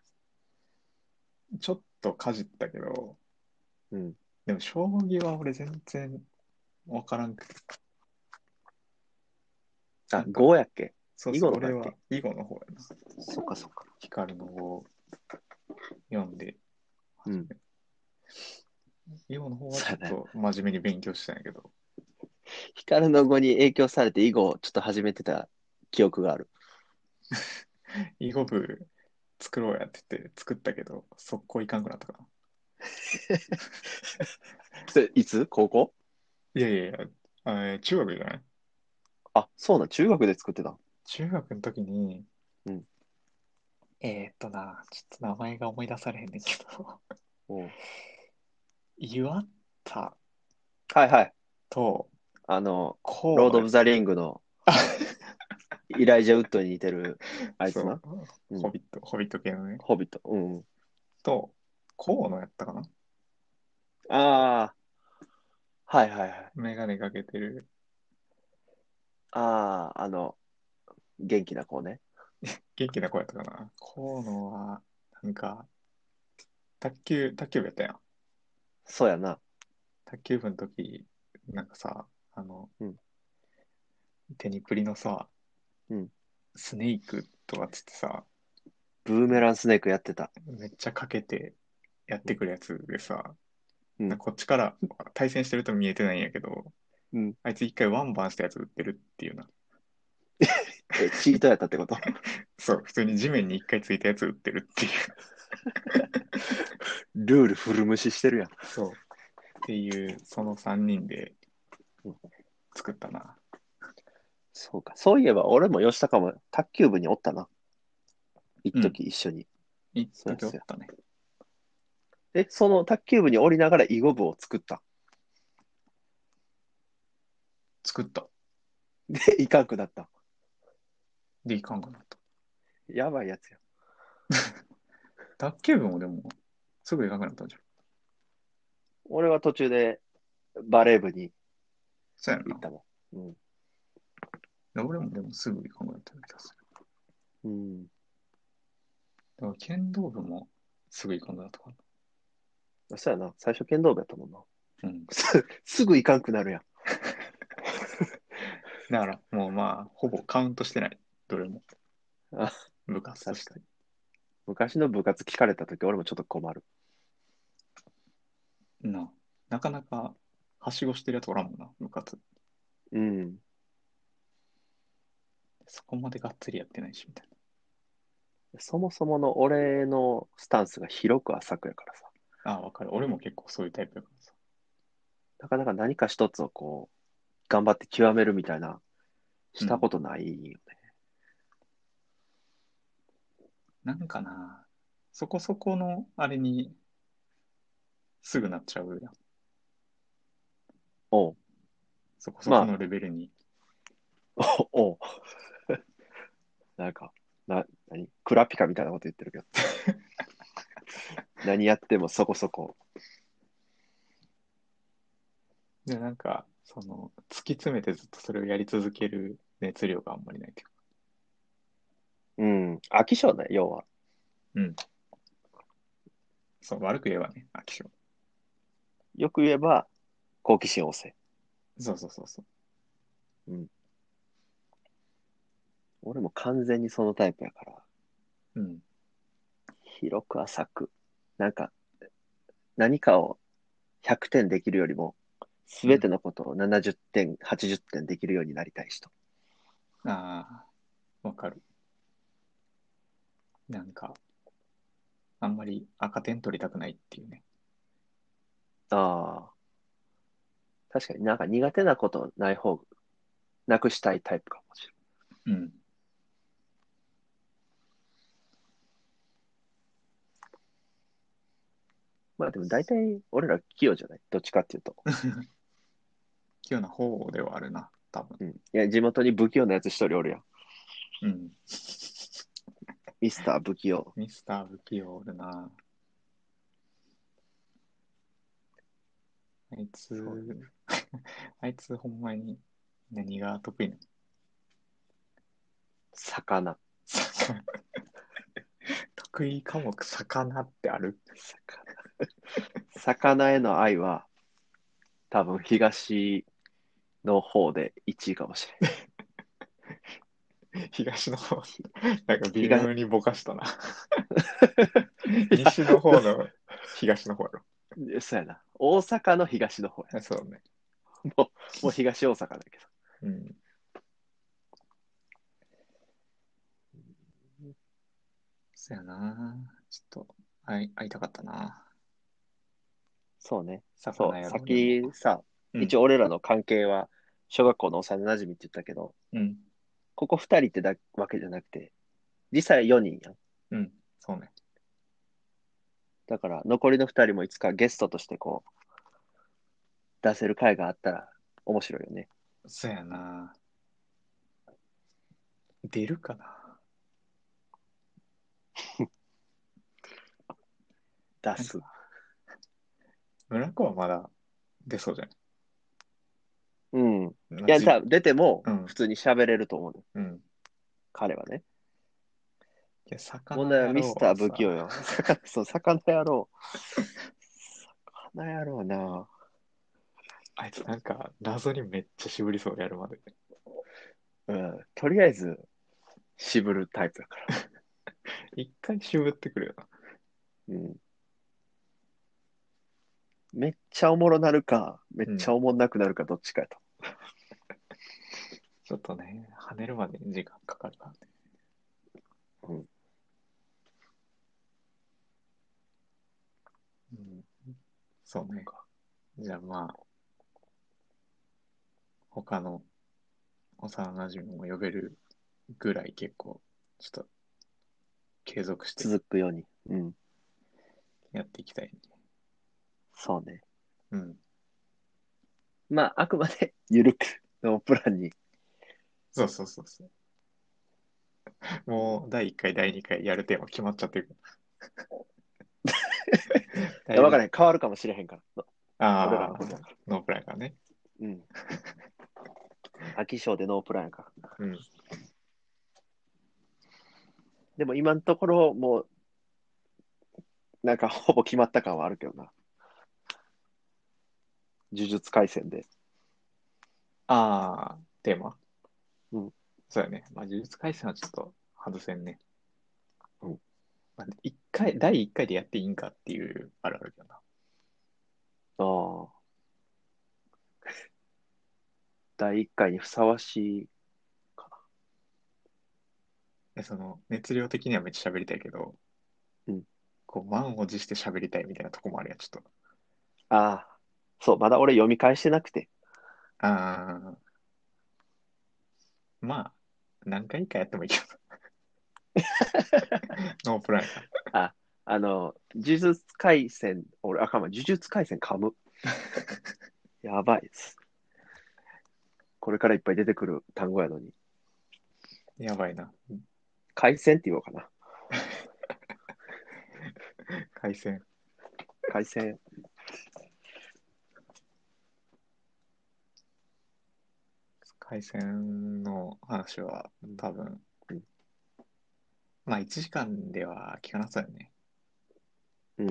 Speaker 2: ちょっとかじったけど、
Speaker 1: うん。
Speaker 2: でも将棋は俺全然わからんくて。な
Speaker 1: あ、
Speaker 2: んか、
Speaker 1: ごやっけ？囲
Speaker 2: そうそう、俺は
Speaker 1: 碁の方やっけ？
Speaker 2: 囲碁の方やな。
Speaker 1: そっかそっか。
Speaker 2: 光の碁を読んで
Speaker 1: うん。
Speaker 2: 始め、囲碁の方はちょっ
Speaker 1: そうやね。
Speaker 2: と真面目に勉強してたんやけど、
Speaker 1: 光の碁に影響されて囲碁をちょっと始めてた記憶がある。
Speaker 2: 囲碁部作ろうやって言って作ったけど、速攻いかんくなったかな。
Speaker 1: それいつ高校？
Speaker 2: いやいやいや、あえー中学じゃない？
Speaker 1: あ、そうなん、中学で作ってたん？
Speaker 2: 中学の時に、
Speaker 1: うん。
Speaker 2: えーっとな、ちょっと名前が思い出されへんねんけど、
Speaker 1: おう。
Speaker 2: 岩田
Speaker 1: はいはい。
Speaker 2: と
Speaker 1: あの、ロード・オブ・
Speaker 2: 河野や。
Speaker 1: ザ・リングのイライジャ・ウッドに似てるあいつな。
Speaker 2: そう、
Speaker 1: うん。
Speaker 2: ホビット、ホビット系のね。
Speaker 1: ホビット。うんうん。
Speaker 2: と、河野やったかな。
Speaker 1: ああ、はいはいはい。
Speaker 2: メガネかけてる、
Speaker 1: ああ、あの、元気な子ね。
Speaker 2: 元気な子やったかな。河野は、なんか、卓球、卓球部やったやん。
Speaker 1: そうやな。
Speaker 2: 卓球部の時、なんかさ、あの、
Speaker 1: うん。
Speaker 2: テニプリのさ、
Speaker 1: うん。
Speaker 2: スネークとかっつってさ、
Speaker 1: ブーメランスネークやってた。
Speaker 2: めっちゃかけてやっ
Speaker 1: うん。
Speaker 2: てくるやつでさ、
Speaker 1: うん。
Speaker 2: なんかこっちから対戦してると見えてないんやけど、
Speaker 1: うん。
Speaker 2: あいつ一回ワンバンしたやつ売ってるっていうな。
Speaker 1: え、チートやったってこと？
Speaker 2: そう、普通に地面に一回ついたやつ売ってるっていう。
Speaker 1: ルール古無視してるやん。
Speaker 2: そう。っていう、そのさんにんで
Speaker 1: うん。
Speaker 2: 作ったな。
Speaker 1: そうか。そういえば、俺も吉高も卓球部におったな。一
Speaker 2: うん。
Speaker 1: 時一緒に。
Speaker 2: 一
Speaker 1: そうやそうや。
Speaker 2: 時おったね。
Speaker 1: え、その卓球部におりながら囲碁部を作った。
Speaker 2: 作った。
Speaker 1: で、いかんくなった。
Speaker 2: で、いかんかなと。
Speaker 1: やばいやつや。
Speaker 2: 卓球部もでも、すぐいかんくなったんじゃん。
Speaker 1: 俺は途中でバレー部に
Speaker 2: そうやんな。
Speaker 1: 行ったもん。うん。
Speaker 2: 俺もでもすぐいかんくなったような気がする。
Speaker 1: うん。
Speaker 2: でも剣道部もすぐ行かんだったか
Speaker 1: そうやな。最初剣道部やったもんな。
Speaker 2: な。うん。
Speaker 1: す、すぐ行かんくなるやん。
Speaker 2: だからもうまあ、ほぼカウントしてない。どれも。
Speaker 1: あ、
Speaker 2: 部活として。
Speaker 1: 確かに。昔の部活聞かれたとき、俺もちょっと困る。
Speaker 2: な、なかなか、はしごしてるやつおらんもんな、部活。
Speaker 1: うん。
Speaker 2: そこまでがっつりやってないし、みたい
Speaker 1: そもそもの俺のスタンスが広く浅くやからさ。
Speaker 2: な。ああ、わかる。俺も結構そういうタイプやからさ。
Speaker 1: なかなか何か一つをこう、頑張って極めるみたいな、
Speaker 2: うん。
Speaker 1: したことないよね。
Speaker 2: なんかな、そこそこのあれにすぐなっちゃうやん。
Speaker 1: おう。
Speaker 2: そこそこ
Speaker 1: ま
Speaker 2: のレベルに。
Speaker 1: あ、お、おう。なんか、な、何クラピカみたいなこと言ってるけど。何やってもそこそこ。
Speaker 2: で、なんか、その、突き詰めてずっとそれをやり続ける熱量があんまりないというか。
Speaker 1: うん。飽き性ね、要は。
Speaker 2: うん。そう、悪く言えばね、飽き性。
Speaker 1: よく言えば、好奇心旺盛。
Speaker 2: そうそうそうそう。
Speaker 1: うん。俺も完全にそのタイプやから、
Speaker 2: うん。
Speaker 1: 広く浅く。なんか、何かをひゃくてんできるよりも、す
Speaker 2: うん。
Speaker 1: べてのことをななじゅってん、はちじゅってんできるようになりたい人。
Speaker 2: ああ、わかる。なんか、あんまり赤点取りたくないっていうね。
Speaker 1: ああ、確かになんか苦手なことない方、なくしたいタイプかもしれない。
Speaker 2: うん。
Speaker 1: まあでも大体俺ら器用じゃないどっちかっていうと。
Speaker 2: 器用な方ではあるな、多分。
Speaker 1: うん。いや、地元に不器用なやつ一人おるやん。
Speaker 2: うん。
Speaker 1: ミスター不器用。
Speaker 2: ミスター不器用おるな。あい
Speaker 1: そうね。
Speaker 2: つ、あいつほんまに何が得意なの？
Speaker 1: 魚。
Speaker 2: 魚。得意科目、魚ってある？
Speaker 1: 魚。魚への愛は多分東の方でいちいかもしれ
Speaker 2: 東の方、なんか
Speaker 1: ん。東、
Speaker 2: 微妙にぼかしたな。
Speaker 1: いや、
Speaker 2: 西の方の東の方やろ。
Speaker 1: そうやな。大阪の東の方や。
Speaker 2: あ、そうね。
Speaker 1: もう、もう東大阪だけ
Speaker 2: うん。
Speaker 1: ど。
Speaker 2: そうやな。ちょっと会い、会いたかったな。
Speaker 1: そうね。そう。
Speaker 2: 魚や
Speaker 1: さっ
Speaker 2: ろうにも。
Speaker 1: きさ、
Speaker 2: うん。
Speaker 1: 一応俺らの関係は小学校の幼馴染って言ったけど、
Speaker 2: うん。
Speaker 1: ここ二人ってだわけじゃなくて、実際よにんやん。
Speaker 2: うん。そうね。
Speaker 1: だから残りの二人もいつかゲストとしてこう、出せる回があったら面白いよね。
Speaker 2: そうやな。出るかな。
Speaker 1: 出す。
Speaker 2: なんか、村子はまだ出そうじゃ
Speaker 1: うん。い
Speaker 2: ない？まあ、
Speaker 1: や、
Speaker 2: じ、
Speaker 1: 多分出ても
Speaker 2: うん。
Speaker 1: 普通に喋れると思うね。
Speaker 2: うん。
Speaker 1: 彼はね。
Speaker 2: いや、
Speaker 1: 問題は
Speaker 2: 魚やろ
Speaker 1: ミスター
Speaker 2: うはさ、
Speaker 1: 不器用よ。魚、そう、魚野郎。魚野郎な。
Speaker 2: あいつなんか謎にめっちゃ渋りそうでやるまで。
Speaker 1: うん。とりあえず渋るタイプだから。
Speaker 2: 一回渋ってくるよな。
Speaker 1: うん。めっちゃおもろなるか、めっ
Speaker 2: うん。
Speaker 1: ちゃおもんなくなるか、どっちかやと。
Speaker 2: ちょっとね、跳ねるまでに時間かかるからね。
Speaker 1: うん。
Speaker 2: うん。そうね。じゃあまあ、他の幼馴染も呼べるぐらい結構、ちょっと継続して
Speaker 1: 続くように。うん。
Speaker 2: やっていきたいね。
Speaker 1: そうね。
Speaker 2: うん。
Speaker 1: まあ、あくまで緩くのプランに。
Speaker 2: そうそうそうそう。もうだいいっかい、だいにかいやるテーマ決まっちゃってる。
Speaker 1: いや、わか
Speaker 2: だいぶ、
Speaker 1: らへん。変わるかもしれへんから。俺ら
Speaker 2: ああ、
Speaker 1: のことやから。
Speaker 2: ノープランがね。
Speaker 1: うん。飽き性でノープランやから。
Speaker 2: うん。
Speaker 1: でも今のところ、もうなんかほぼ決まった感はあるけどな。呪術廻戦で。
Speaker 2: ああ、テーマ。
Speaker 1: うん。
Speaker 2: そうやね。まあ、呪術廻戦はちょっと外せんね。
Speaker 1: うん。
Speaker 2: まあ、一回、だいいっかいでやっていいんかっていう、あるあるけどな。
Speaker 1: ああ。だいいっかいにふさわしいか
Speaker 2: で、その、熱量的にはめっちゃ喋りたいけど、
Speaker 1: な。うん。
Speaker 2: こう、満を持して喋りたいみたいなとこもあるやん、ちょっと。
Speaker 1: ああ。そう、まだ俺読み返してなくて。
Speaker 2: ああ、まあ、何回かやってもいいけど、ノープランやな。
Speaker 1: あ、あの、呪術廻戦、俺、あかんわ、呪術廻戦噛む。やばいです。これからいっぱい出てくる単語やのに。
Speaker 2: やばいな。
Speaker 1: 廻戦って言おうかな。
Speaker 2: 回線。
Speaker 1: 廻戦。
Speaker 2: 回線の話は
Speaker 1: うん。
Speaker 2: 多分、
Speaker 1: うん。
Speaker 2: まあいちじかんでは聞かなそうよね。
Speaker 1: うん。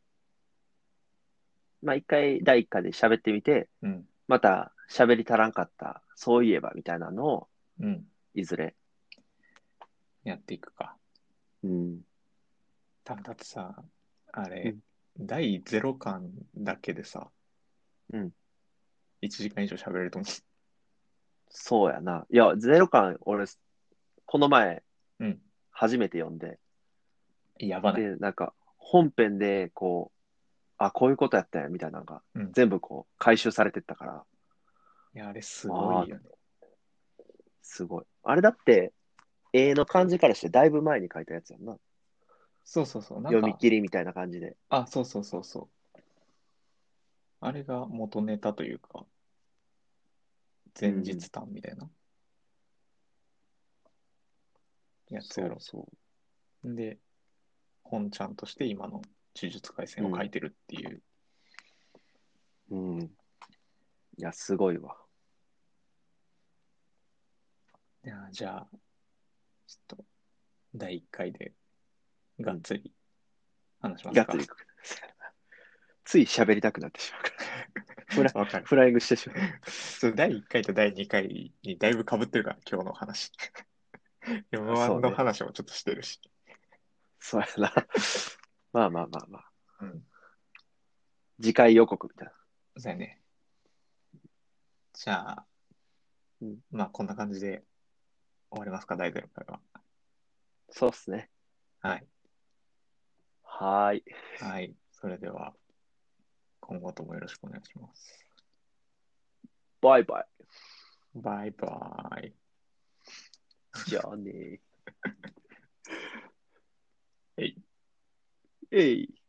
Speaker 1: まあ、一回、第一回で喋ってみて、
Speaker 2: うん。
Speaker 1: また喋り足らんかった、そういえばみたいなのを、
Speaker 2: うん。
Speaker 1: いずれ。
Speaker 2: やっていくか。
Speaker 1: うん。
Speaker 2: 多分だってさ、あれ、
Speaker 1: うん。
Speaker 2: だいゼロ感だけでさ、
Speaker 1: うん。
Speaker 2: いちじかん以上喋れると思
Speaker 1: そうやな。いや、ゼロ感、俺、この前、
Speaker 2: う。うん。
Speaker 1: 初めて読んで、
Speaker 2: やばない。
Speaker 1: で、なんか、本編で、こう、あ、こういうことやったんや、みたいなのが、
Speaker 2: うん。
Speaker 1: 全部こう、回収されてったから、
Speaker 2: いや、あれすご
Speaker 1: ああ、
Speaker 2: いよね。
Speaker 1: すごい。あれだって、絵の感じからしてだいぶ前に書いたやつやんな。
Speaker 2: そうそうそう。なん
Speaker 1: 読み
Speaker 2: か、
Speaker 1: 切りみたいな感じで。
Speaker 2: あ、そうそうそうそう。あれが元ネタというか、前
Speaker 1: うん。
Speaker 2: 日談みたいなやつやろ。
Speaker 1: そうそ
Speaker 2: んで、本ちゃんとして今の呪術廻戦
Speaker 1: う。うん。
Speaker 2: を書いてるっていう。
Speaker 1: うん。いや、すごいわ。
Speaker 2: いや、じゃあ、ちょっと、だいいっかいで
Speaker 1: うん。
Speaker 2: がっつり話しますか。
Speaker 1: がっつりいく。つい喋りたくなってしまうから。フラ、
Speaker 2: わかる。
Speaker 1: フライングしてしまう。
Speaker 2: それだいいっかいとだいにかいにだいぶ被ってるから、今日の話。エムワン の
Speaker 1: そうね。
Speaker 2: 話もちょっとしてるし。
Speaker 1: そうやな。まあまあまあまあ。
Speaker 2: うん。
Speaker 1: 次回予告みたいな。
Speaker 2: そうやね。じゃあ、
Speaker 1: うん。
Speaker 2: まあこんな感じで終わりますか、だいゼロかいは。
Speaker 1: そうっすね。
Speaker 2: はい。
Speaker 1: はーい。
Speaker 2: はい。それでは、今後ともよろしくお願いします。
Speaker 1: バイバイ。
Speaker 2: バイバイ。
Speaker 1: じゃあね。
Speaker 2: えい
Speaker 1: えい。